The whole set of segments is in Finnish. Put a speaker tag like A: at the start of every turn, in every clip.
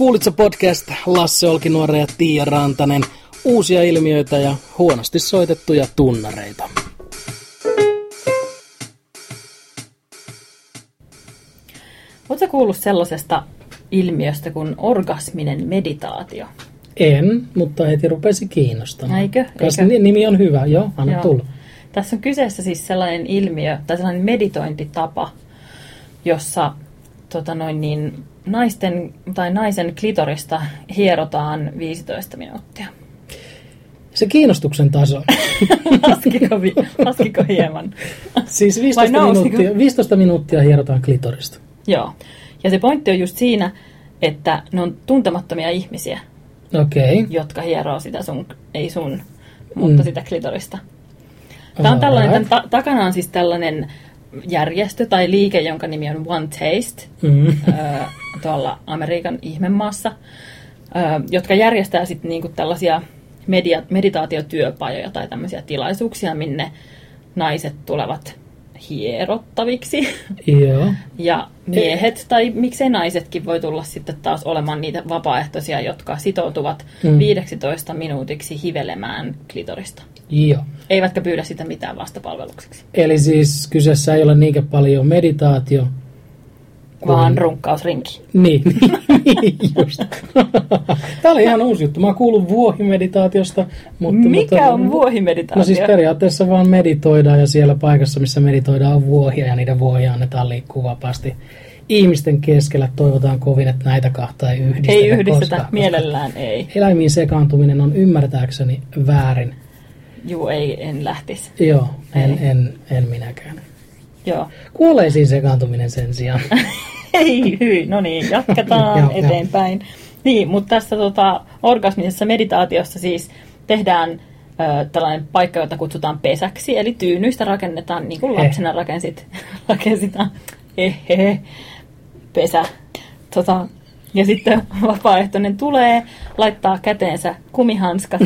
A: Kuulitko podcast, Lasse Olkinuore ja Tiia Rantanen. Uusia ilmiöitä ja huonosti soitettuja tunnareita.
B: Oletko kuullut sellaisesta ilmiöstä kuin orgasminen meditaatio?
A: En, mutta heti rupesi kiinnostamaan.
B: Eikö?
A: Nimi on hyvä, joo, anna tulla.
B: Tässä on kyseessä siis sellainen ilmiö, tai sellainen meditointitapa, jossa naisen klitorista hierotaan 15 minuuttia.
A: Se kiinnostuksen taso.
B: Laskiko hieman?
A: Siis 15 minuuttia hierotaan klitorista.
B: Joo. Ja se pointti on just siinä, että ne on tuntemattomia ihmisiä, jotka hieroo sitä mutta sitä klitorista. Tämä on tällainen, takana on siis tällainen järjestö tai liike, jonka nimi on One Taste, tuolla Amerikan ihmemaassa, jotka järjestää sitten niinku tällaisia meditaatiotyöpajoja tai tämmöisiä tilaisuuksia, minne naiset tulevat hierottaviksi.
A: Joo.
B: Ja miehet, tai miksei naisetkin, voi tulla sitten taas olemaan niitä vapaaehtoisia, jotka sitoutuvat 15 minuutiksi hivelemään klitorista.
A: Joo.
B: Eivätkä pyydä sitä mitään vastapalvelukseksi.
A: Eli siis kyseessä ei ole niinkään paljon meditaatio,
B: vaan runkkausrinki.
A: Niin, just. Tämä oli ihan uusi juttu. Mä oon kuullut vuohimeditaatiosta.
B: Mikä on vuohimeditaatio?
A: No siis periaatteessa vaan meditoidaan ja siellä paikassa, missä meditoidaan, on vuohia ja niiden vuohia annetaan liikkuu vapaasti ihmisten keskellä. Toivotaan kovin, että näitä kahta ei yhdistetä.
B: Ei yhdistetä, mielellään ei.
A: Eläimiin sekaantuminen on ymmärtääkseni väärin.
B: Juu, en lähtisi.
A: Joo, en minäkään.
B: Joo.
A: Kuolleisiin sekaantuminen sen sijaan.
B: Ei, no niin, jatketaan eteenpäin. Niin, mutta tässä orgasmisessa meditaatiossa siis tehdään tällainen paikka, jota kutsutaan pesäksi, eli tyynyistä rakennetaan, niin kuin lapsena rakensitaan pesä. Ja sitten vapaaehtoinen tulee, laittaa käteensä kumihanskat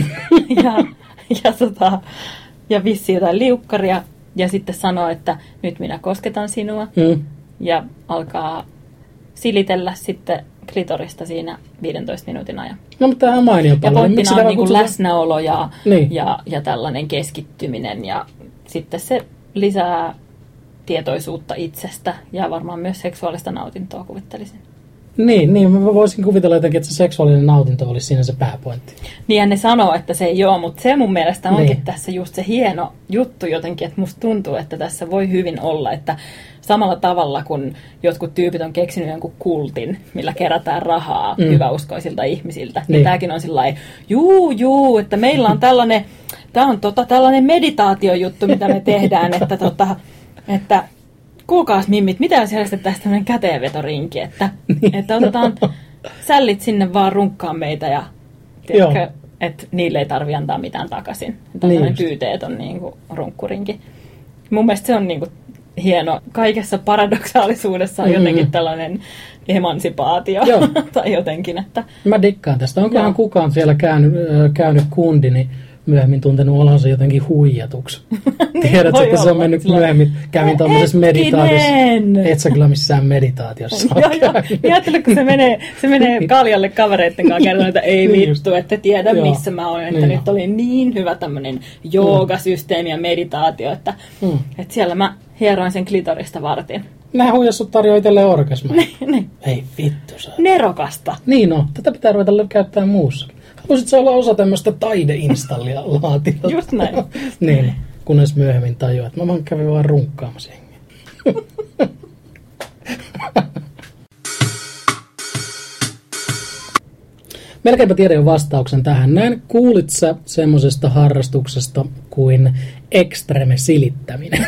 B: ja vissiin jotain liukkaria, ja sitten sanoo, että nyt minä kosketan sinua, ja alkaa silitellä sitten klitorista siinä 15 minuutin ajan.
A: No, mutta tämä on mainio paljon.
B: Ja pointtina on niin kuin läsnäolo ja tällainen keskittyminen, ja sitten se lisää tietoisuutta itsestä, ja varmaan myös seksuaalista nautintoa kuvittelisin. Niin, mä voisin kuvitella jotenkin, että se seksuaalinen nautinto olisi siinä se pääpointti. Niinhän ne sanoo, että se ei ole, mutta se mun mielestä onkin tässä just se hieno juttu jotenkin, että musta tuntuu, että tässä voi hyvin olla, että samalla tavalla kun jotkut tyypit on keksinyt jonkun kultin, millä kerätään rahaa hyväuskoisilta ihmisiltä, niin tämäkin on sillain, että meillä on tällainen, tällainen meditaatiojuttu, mitä me tehdään, että kuulkaas mimmit, mitä jos järjestetään tämmöinen käteenvetorinki, että otetaan sällit sinne vaan runkkaan meitä ja tiedätkö, että niille ei tarvitse antaa mitään takaisin. Tällainen pyyteetön niin kuin runkkurinki. Mun mielestä se on niin kuin hieno. Kaikessa paradoksaalisuudessa on jotenkin tällainen emansipaatio tai jotenkin. Että
A: mä dikkaan tästä. Onkohan kukaan siellä käynyt kundini myöhemmin tuntenut olonsa jotenkin huijatuksi. Tiedätkö, että se on mennyt myöhemmin. Kävin tuollaisessa meditaatiossa. Et sä kyllä missään meditaatiossa ole käynyt.
B: Ajattelin, kun se menee kaljalle kavereitten kanssa kertomaan, että ei vittu, että tiedä missä mä olen. Että nyt oli niin hyvä tämmöinen joogasysteemi ja meditaatio, että siellä mä hieroin sen klitorista vartin.
A: Nämä huijassut tarjoaa itselleen orgasmaa. Ei vittu saa.
B: Nerokasta.
A: Niin on. Tätä pitää ruveta käyttää muussa. Haluaisitko olla osa tämmöistä taideinstallia laatiota?
B: Just näin.
A: Niin, kunnes myöhemmin tajua, että mä vaan kävin vaan runkkaamassa jengiä. Melkeinpä tiedän jo vastauksen tähän. Näin kuulit sä semmosesta harrastuksesta kuin ekstreme-silittäminen?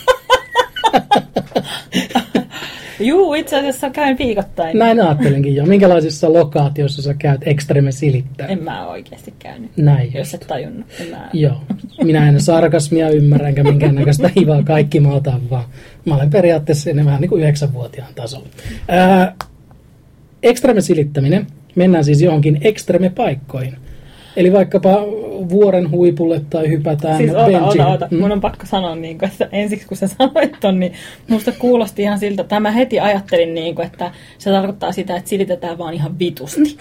B: Juu, itse asiassa käyn viikoittain.
A: Näin ajattelinkin jo. Minkälaisissa lokaatioissa sä käyt ekstreme-silittää?
B: En mä oikeasti käynyt.
A: Näin
B: jos et tajunnut.
A: Joo. Minä en sarkasmia ymmärrä, enkä minkäännäköistä hivaa. Kaikki mä otan vaan. Mä olen periaatteessa vähän niin kuin 9-vuotiaan tasolla. Ekstreme-silittäminen. Mennään siis johonkin ekstreme-paikkoihin. Eli vaikkapa vuoren huipulle tai hypätään
B: siis ota. Mun on pakko sanoa, niin kuin, että ensiksi kun sä sanoit ton, niin musta kuulosti ihan siltä, että mä heti ajattelin, niin kuin, että se tarkoittaa sitä, että silitetään vaan ihan vitusti.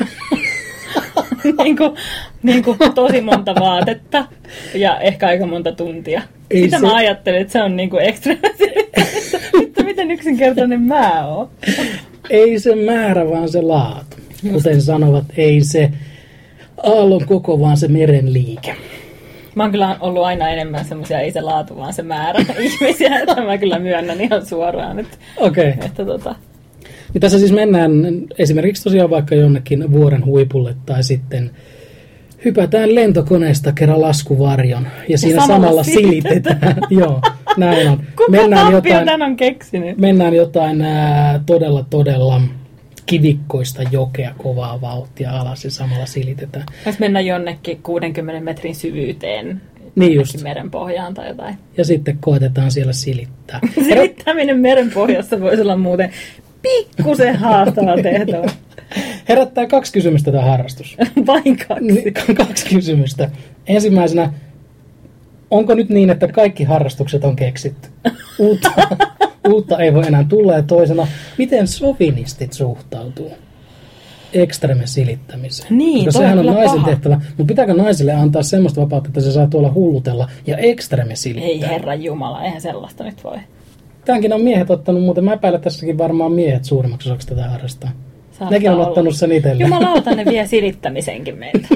B: niin kuin tosi monta vaatetta ja ehkä aika monta tuntia. Sitä mä ajattelin, että se on niin kuin ekstremiä. Miten yksinkertainen mä oon?
A: Ei se määrä, vaan se laatu. Kuten sanovat, ei se aallon koko, vaan se meren liike.
B: Mä oon kyllä ollut aina enemmän semmoisia, ei se laatu, vaan se määrä ihmisiä, että mä kyllä myönnän ihan suoraan.
A: Okei. Ja tässä siis mennään esimerkiksi tosiaan vaikka jonnekin vuoren huipulle tai sitten hypätään lentokoneesta kerran laskuvarjon ja siinä samalla silitetään. Joo, näin on.
B: Kuka on keksinyt?
A: Mennään jotain todella kivikkoista jokea kovaa vauhtia alas ja samalla silitetään.
B: Jos mennään jonnekin 60 metrin syvyyteen,
A: niin just.
B: Meren pohjaan tai jotain.
A: Ja sitten koetetaan siellä silittää.
B: Silittäminen meren pohjassa voisi olla muuten pikkusen haastava tehtävä.
A: Herättää 2 kysymystä tämä harrastus.
B: Vain 2?
A: 2 kysymystä. Ensimmäisenä, onko nyt niin, että kaikki harrastukset on keksitty? Uutta ei voi enää tulla. Ja toisena, miten sovinistit suhtautuu ekstreme silittämiseen?
B: Niin,
A: koska sehän on naisen tehtävä. Mutta pitääkö naiselle antaa semmoista vapautta, että se saa tuolla hullutella ja ekstreme silittää?
B: Ei herran jumala, eihän sellaista nyt voi.
A: Tämänkin on miehet ottanut, muuten mä epäilen tässäkin varmaan miehet suurimmaksi osaksi tätä harrastaa.
B: Saattaa
A: nekin on ottanut sen itselleen.
B: Jumalauta, ne vie silittämisenkin meiltä.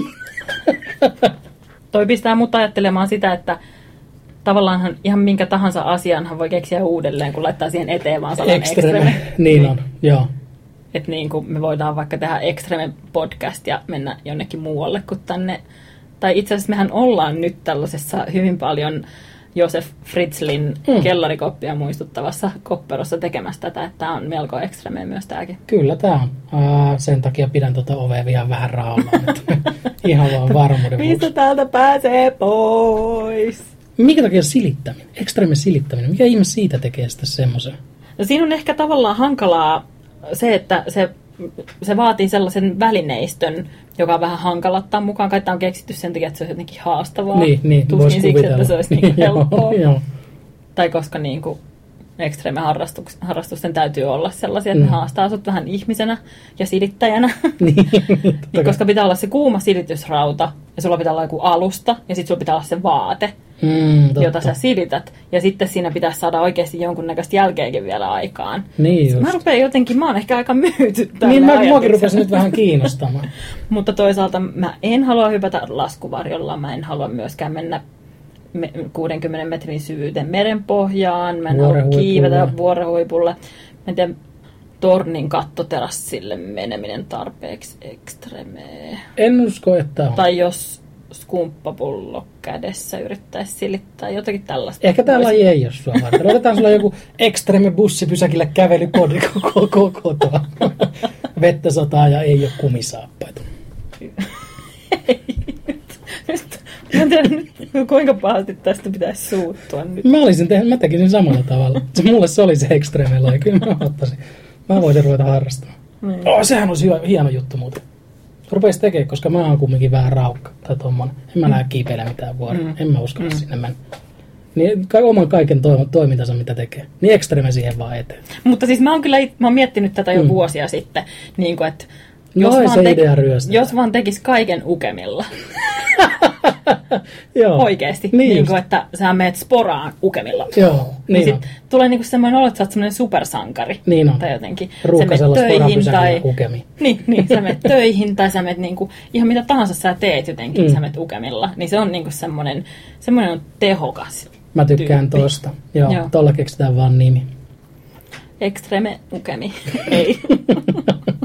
B: Toi pistää mut ajattelemaan sitä, että tavallaanhan ihan minkä tahansa asianhan voi keksiä uudelleen, kun laittaa siihen eteen vaan sanan ekstreme.
A: Niin on, joo.
B: Että niin kuin me voidaan vaikka tehdä ekstreme podcast ja mennä jonnekin muualle kuin tänne. Tai itse asiassa mehän ollaan nyt tällaisessa hyvin paljon Josef Fritzlin kellarikoppia muistuttavassa kopperossa tekemässä tätä, että tämä on melko ekstreme myös tämäkin.
A: Kyllä tämä on. Sen takia pidän tuota ovea vielä vähän raollaan. Ihan vaan varmuuden vuoksi.
B: Mistä täältä pääsee pois?
A: Mikä takia silittäminen? Ekstreme silittäminen. Mikä ihme siitä tekee sitä semmoisen?
B: No siinä on ehkä tavallaan hankalaa se, että se vaatii sellaisen välineistön, joka on vähän hankala ottaa mukaan. Kai tämä on keksitty sen takia, että se on jotenkin haastavaa.
A: Niin
B: tuskin siksi, että se olisi niin helppoa.
A: Joo. Tai
B: koska niin kuin ekstreme harrastusten täytyy olla sellaisia, että ne haastaa sut vähän ihmisenä ja silittäjänä. Niin, koska pitää olla se kuuma silitysrauta ja sulla pitää olla joku alusta ja sitten sulla pitää olla se vaate, jota sä silität. Ja sitten siinä pitäisi saada oikeasti jonkunnäköistä jälkeenkin vielä aikaan.
A: Niin just.
B: Mä oon ehkä aika myyty tälle
A: niin mäkin rupesin nyt vähän kiinnostamaan.
B: Mutta toisaalta mä en halua hypätä laskuvarjolla, mä en halua myöskään mennä 60 metrin syvyyteen merenpohjaan, mä en halua kiivetä vuorenhuipulle. Mä en tiedä, tornin kattoterassille meneminen tarpeeksi ekstremee.
A: En usko, että on.
B: Tai jos skumppapullo kädessä yrittäisi silittää jotakin tällaista.
A: Ehkä tää laji ei ole sua varten. Otetaan sulla joku ekstreme bussipysäkillä kävelypodi koko vettä sataa ja ei ole kumisaappaita.
B: Mä en tiedä nyt, kuinka pahasti tästä pitäisi suuttua nyt.
A: Mä tekisin samalla tavalla. Mulle se oli se ekstreme laji. Kyllä mä ottaisin. Mä voisin ruveta harrastamaan. Sehän olisi hieno juttu muuten. Rupeisi tekemään, koska mä oon kumminkin vähän raukka tai tommonen. En mä näe kiipeillä mitään vuoria. En mä uskalla sinne mennä. Niin oman kaiken toimintansa, mitä tekee. Niin ekstreme siihen vaan eteen.
B: Mutta siis mä oon miettinyt tätä jo vuosia sitten. Niin kuin, että jos vaan tekisi kaiken ukemilla.
A: Joo.
B: Oikeesti. Niin kuin, että sä meet sporaan ukemilla.
A: Joo,
B: niin sit tulee niinku semmoinen olo, että sä oot semmoinen supersankari.
A: Niin on.
B: Tai jotenkin.
A: Ruuhkasella sporaan tai ukemi.
B: Niin, sä meet töihin tai sä meet niinku, ihan mitä tahansa sä teet jotenkin, sä meet ukemilla. Niin se on niinku semmoinen on tehokas.
A: Mä tykkään tosta. Joo. Tolla keksitään vaan nimi.
B: Extreme ukemi. Ei.